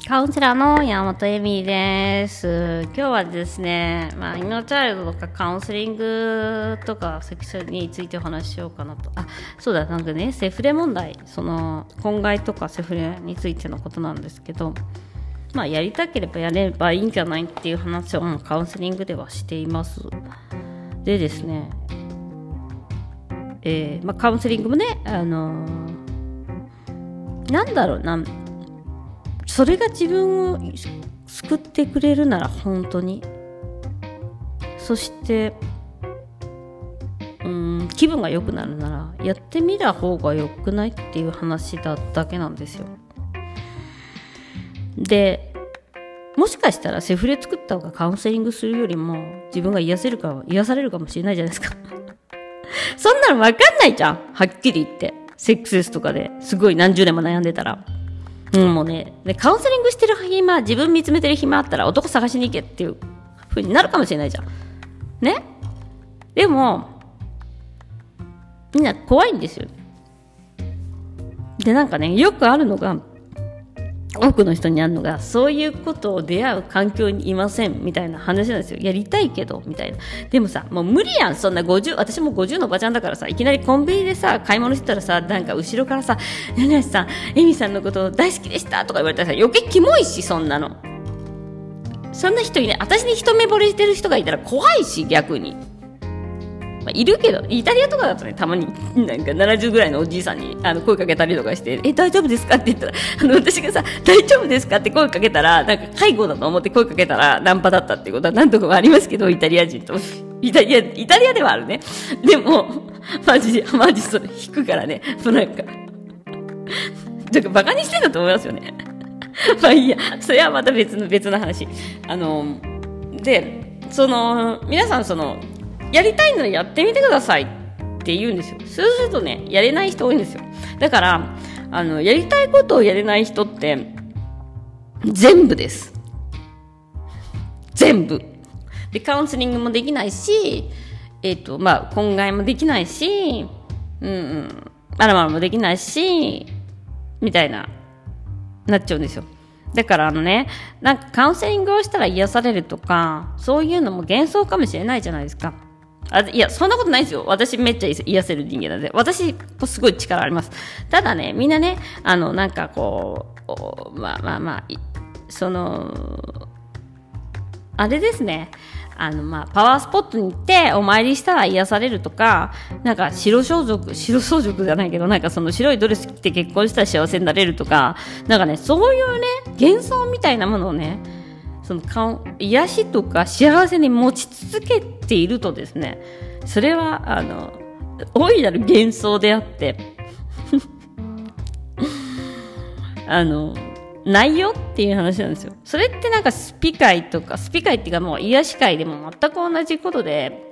カウンセラーの山本恵美です。今日はですね、インナーチャイルドとかカウンセリングとかセクシャルについてお話ししようかなと。そうだ、なんかね、セフレ問題、その婚外とかセフレについてのことなんですけど、やりたければやればいいんじゃないっていう話をカウンセリングではしています。でですね、カウンセリングもね、なんだろうな、それが自分を救ってくれるなら本当に、そして気分が良くなるならやってみた方が良くないっていう話だけなんですよ。で、もしかしたらセフレ作った方がカウンセリングするよりも自分が癒されるかもしれないじゃないですかそんなの分かんないじゃん、はっきり言って。セックスレスとかですごい何十年も悩んでたら、もうね、カウンセリングしてる暇、自分見つめてる暇あったら男探しに行けっていう風になるかもしれないじゃんね。でもみんな怖いんですよ。で、なんかね、よくあるのが、多くの人にあるのが、そういうことを出会う環境にいませんみたいな話なんですよ。やりたいけどみたいな。でもさ、もう無理やん、そんな私も50のおばちゃんだからさ、いきなりコンビニでさ買い物してたらさ、なんか後ろからさ、柳橋さん、エミさんのこと大好きでしたとか言われたらさ、余計キモいし、そんなの。そんな人いない。私に一目惚れしてる人がいたら怖いし、逆に。いるけど、イタリアとかだとね、たまになんか70ぐらいのおじいさんに声かけたりとかして、大丈夫ですかって言ったら、私がさ、大丈夫ですかって声かけたら、なんか介護だと思って声かけたらナンパだったっていうことは何とかありますけど、イタリア人とイタリアではあるね。でもマジそれ引くからね、もうなんかちょっとバカにしてんだと思いますよねいいや、それはまた別の話。で、皆さんやりたいならやってみてくださいって言うんですよ。そうするとね、やれない人多いんですよ。だからやりたいことをやれない人って全部です。全部で、カウンセリングもできないし、婚外もできないし、まだもできないしみたいなっちゃうんですよ。だからなんかカウンセリングをしたら癒されるとか、そういうのも幻想かもしれないじゃないですか。いや、そんなことないですよ。私めっちゃ癒せる人間なんで、私もすごい力あります。ただね、みんなね、なんかこう、あれですね、パワースポットに行ってお参りしたら癒されるとか、なんか白装束じゃないけど、なんか白いドレス着て結婚したら幸せになれるとか、なんかね、そういうね、幻想みたいなものをね、癒しとか幸せに持ち続けているとですね、それは大いなる幻想であってないよっていう話なんですよ。それってなんかスピ会っていうか、もう癒し会でも全く同じことで、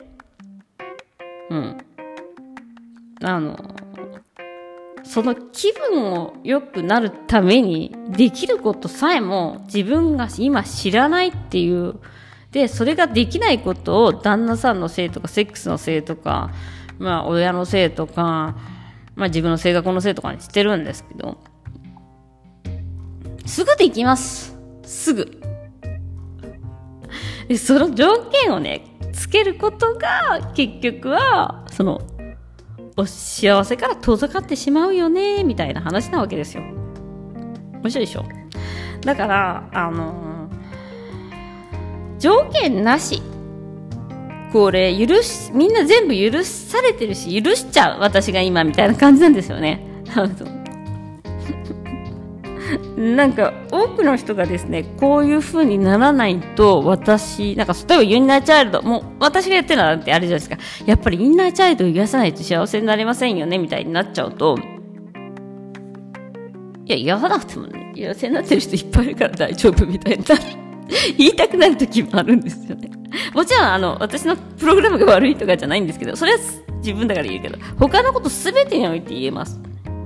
その気分を良くなるためにできることさえも自分が今知らないっていう。で、それができないことを旦那さんのせいとか、セックスのせいとか、親のせいとか、自分の性格のせいとかにしてるんですけど、すぐできます。すぐ。で、その条件をね、つけることが結局はお幸せから遠ざかってしまうよねみたいな話なわけですよ。面白いでしょ。だから条件なし、これみんな全部許されてるし、許しちゃう私が今みたいな感じなんですよねなんか多くの人がですね、こういう風にならないと、なんか例えばインナーチャイルド、もう私がやってるのなんてあるじゃないですか。やっぱりインナーチャイルドを癒さないと幸せになれませんよねみたいになっちゃうと、いや、癒さなくてもね、幸せになってる人いっぱいいるから大丈夫みたいな言いたくなる時もあるんですよね。もちろん私のプログラムが悪いとかじゃないんですけど、それは自分だから言うけど、他のこと全てにおいて言えます。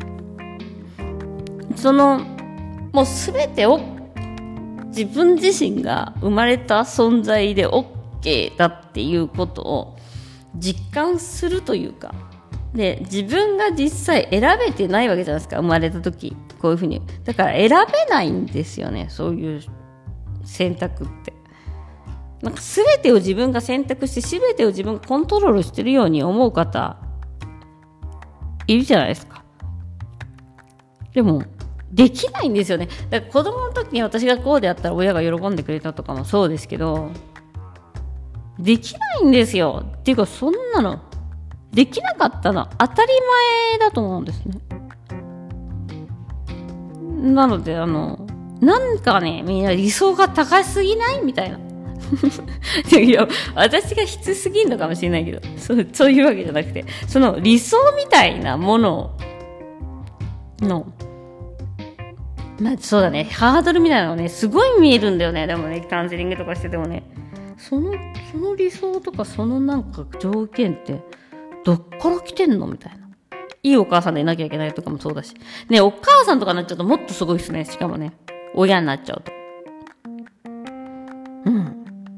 もうすべてを自分自身が生まれた存在で OK だっていうことを実感するというか、 で、自分が実際選べてないわけじゃないですか、生まれた時。こういうふうに。だから選べないんですよね、そういう選択って。なんか全てを自分が選択して、全てを自分がコントロールしてるように思う方、いるじゃないですか。でも、できないんですよね。だから子供の時に私がこうであったら親が喜んでくれたとかもそうですけど、できないんですよ。っていうか、そんなの、できなかったの当たり前だと思うんですね。なので、なんかね、みんな理想が高すぎないみたいな。いや、私が低すぎんのかもしれないけど、そういうわけじゃなくて、その理想みたいなものの、まあそうだね、ハードルみたいなのね、すごい見えるんだよね。でもね、カウンセリングとかしててもね、その理想とかそのなんか条件って、どっから来てんのみたいな。いいお母さんでいなきゃいけないとかもそうだし。ね、お母さんとかになっちゃうともっとすごいですね。しかもね、親になっちゃうと。うん。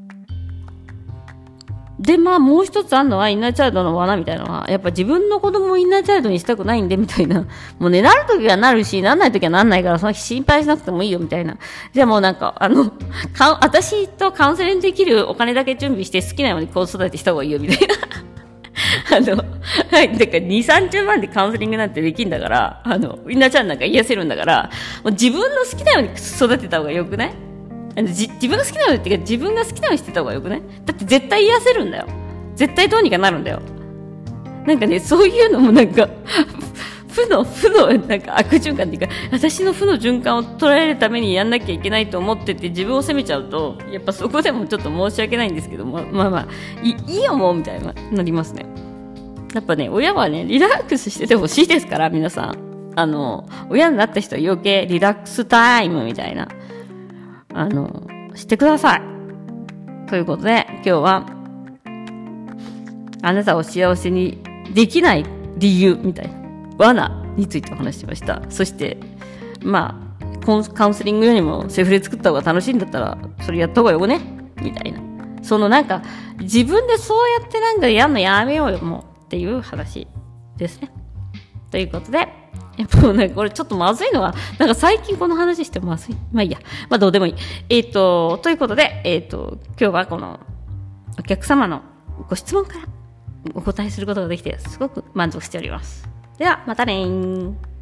で、まあもう一つあるのはインナーチャイルドの罠みたいなのは、やっぱ自分の子供をインナーチャイルドにしたくないんでみたいな。もうね、なるときはなるし、なんないときはなんないから、その心配しなくてもいいよみたいな。じゃあもうなんか、私とカウンセリングできるお金だけ準備して好きなように子育てした方がいいよみたいな。はい、だから2、30万でカウンセリングなんてできんだから、みんなちゃんなんか癒せるんだから、もう自分の好きなように育てた方がよくない？自分が好きなようにっていうか、自分が好きなようにしてた方がよくない？だって絶対癒せるんだよ。絶対どうにかなるんだよ。なんかね、そういうのもなんか、負のなんか悪循環っていうか、私の負の循環を捉えるためにやんなきゃいけないと思ってて自分を責めちゃうと、やっぱそこでもちょっと申し訳ないんですけども、まあ、いいよもうみたいな、なりますね。やっぱね、親はね、リラックスしててほしいですから、皆さん。親になった人は余計リラックスタイムみたいな、してください。ということで、今日は、あなたを幸せにできない理由みたいな、罠についてお話ししました。そして、まあ、カウンセリングよりもセフレ作った方が楽しいんだったら、それやった方がよくねみたいな。そのなんか、自分でそうやってなんかやんのやめようよ、もう。っていう話ですね。ということで、もうね、これちょっとまずいのは、なんか最近この話してまずい。まあいいや。まあどうでもいい。ということで、今日はこのお客様のご質問からお答えすることができて、すごく満足しております。では、またねー。